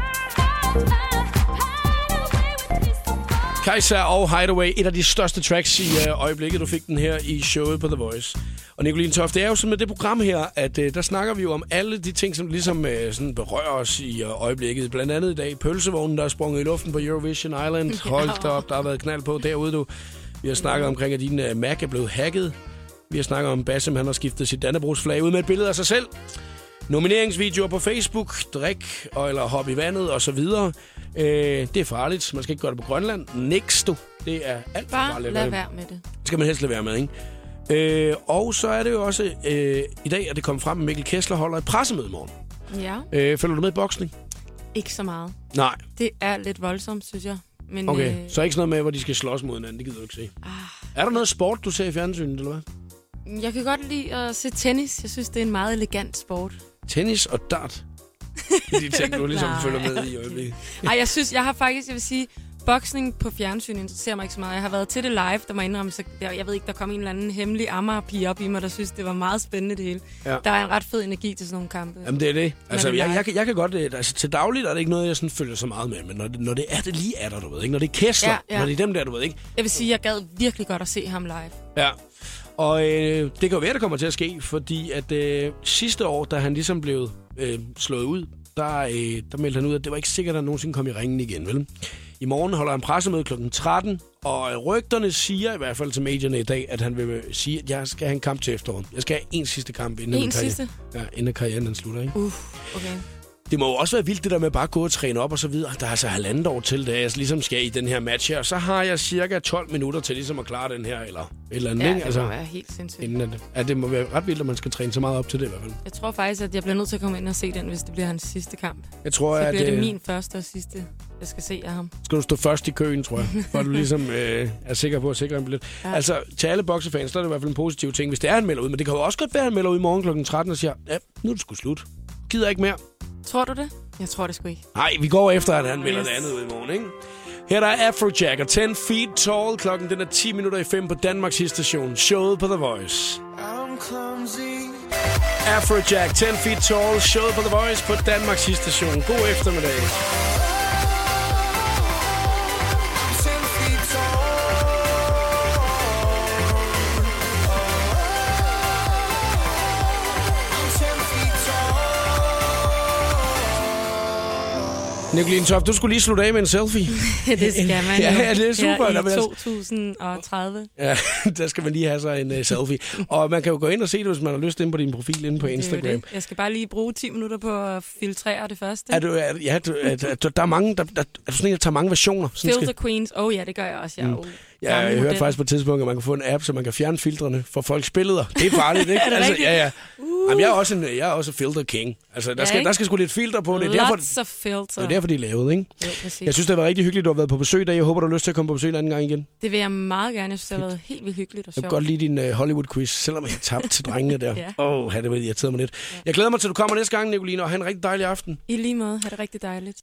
Kajsa og Hideaway, et af de største tracks i uh, øjeblikket. Du fik den her i showet på The Voice. Og Nicoline Toft, det er jo sådan med det program her, at uh, der snakker vi jo om alle de ting, som ligesom uh, sådan berører os i uh, øjeblikket. Blandt andet i dag pølsevognen, der er sprunget i luften på Eurovision Island. Hold da op, der har været knald på derude, du. Vi har snakket omkring, at din uh, Mac er blevet hacket. Vi har snakket om Bassem, han har skiftet sit Dannebrogsflag ud med et billede af sig selv. Nomineringsvideoer på Facebook, drik og, eller hop i vandet og så videre. Øh, det er farligt. Man skal ikke gøre det på Grønland. Niks, du. Det er alt for Bare farligt. lad være med det. Det skal man helst lade være med, ikke? Øh, og så er det jo også øh, i dag, at det kommer frem, at Mikkel Kessler holder et pressemøde i morgen. Ja. Øh, følger du med i boksning? Ikke så meget. Nej. Det er lidt voldsomt, synes jeg. Men, Okay, øh... så ikke sådan noget med, hvor de skal slås mod hinanden. Det gider du ikke se. Ah. Er der noget sport, du ser i fjernsynet, eller hvad? Jeg kan godt lide at se tennis. Jeg synes, det er en meget elegant sport. Tennis og dart. De ting, du ligesom følger med i øjeblikket. Ej, jeg synes, jeg har faktisk, jeg vil sige, boksning på fjernsyn interesserer mig ikke så meget. Jeg har været til det live, der må indrømme, så jeg, jeg ved ikke, der kom en eller anden hemmelig Amager-pige op i mig, der synes, det var meget spændende det hele. Ja. Der er en ret fed energi til sådan nogle kampe. Jamen, det er det. Altså, det jeg, jeg, jeg kan godt... Altså, til dagligt er det ikke noget, jeg sådan følger så meget med, men når det, når det er, det lige er der, du ved ikke? Når det er Kessler, ja, ja. Når det er dem der, du ved ikke? Jeg vil sige, jeg gad virkelig godt at se ham live. Ja. Og øh, det kan jo være, det kommer til at ske, fordi at øh, sidste år, da han ligesom blev øh, slået ud, der, øh, der meldte han ud, at det var ikke sikkert, at han nogensinde kom i ringen igen, vel? I morgen holder han pressemøde klokken tretten, og rygterne siger i hvert fald til medierne i dag, at han vil sige, at jeg skal have en kamp til efteråret. Jeg skal have en sidste kamp, inden, en sidste? Ja, inden karrieren den slutter, ikke? Uh, okay. Det må jo også være vildt, det der med bare at gå og træne op og så videre. Der er altså halvandet år til, da jeg ligesom skal i den her match her. Og så har jeg cirka tolv minutter til ligesom at klare den her, eller et eller andet. Ja, ikke? det Altså, må være helt sindssygt. Inden at, ja, det må være ret vildt, at man skal træne så meget op til det i hvert fald. Jeg tror faktisk, at jeg bliver nødt til at komme ind og se den, hvis det bliver hans sidste kamp. Jeg tror, så at bliver det det min første og sidste, jeg skal se af ham. Skal du stå først i køen, tror jeg, for at du ligesom øh, er sikker på at sikre en billet. Ja. Altså, til alle boksefans, der er det i hvert fald en positiv ting, hvis det er, han melder ud. Men det kan jo også godt være, at han melder ud i morgen klokken tretten og siger, ja, nu er det sgu slut. Gider ikke mere. Tror du det? Jeg tror det sgu ikke. Nej, vi går efter, at han melder Yes. det andet ud i morgen, ikke? Her der er Afrojack og ti feet tall. Klokken den er ti minutter i fem på Danmarks hitstation. Showet på The Voice. Afrojack, ti feet tall. Showet på The Voice på Danmarks hitstation. God eftermiddag. Nicoline Toft, du skulle lige slutte af med en selfie. Det skal man ja, jo. ja, det er super. Her Der vil i jeg- to tusind og tredive. Ja, der skal man lige have sig en uh, selfie. Og man kan jo gå ind og se det, hvis man har lyst, inde på din profil inde på Det er jo Instagram. det. Jeg skal bare lige bruge ti minutter på at filtrere det første. Er du, er, ja, du, er, der, der er mange, der, der, er du sådan en, der tager mange versioner? Sådan Filter Queens. Oh ja, det gør jeg også. Jeg, mm. Ja, jeg hørte faktisk på et tidspunkt, at man kan få en app, så man kan fjerne filtrene for folks billeder. Det er farligt, ikke? Er det altså, rigtigt? ja, ja. Uh. Jamen, jeg er også en, jeg er også filter king. Altså, der, Ja, skal, ikke? der skal sgu lidt filter på. Det er derfor, Lots of filter. det er derfor, de er lavet, ikke? Jo, præcis. Jeg synes, det har været rigtig hyggeligt, du har været på besøg i dag. Jeg håber, du har lyst til at komme på besøg en anden gang igen. Det vil jeg meget gerne. Jeg synes, det har været helt vildt hyggeligt og Jeg sjovt. kan godt lide din uh, Hollywood-quiz, selvom jeg tabte til drengene der. Åh, Ja. oh, det vil irritere mig lidt. Jeg glæder mig til, at du kommer næste gang, Nicoline, og have en rigtig dejlig aften. I lige måde. Ha' det rigtig dejligt.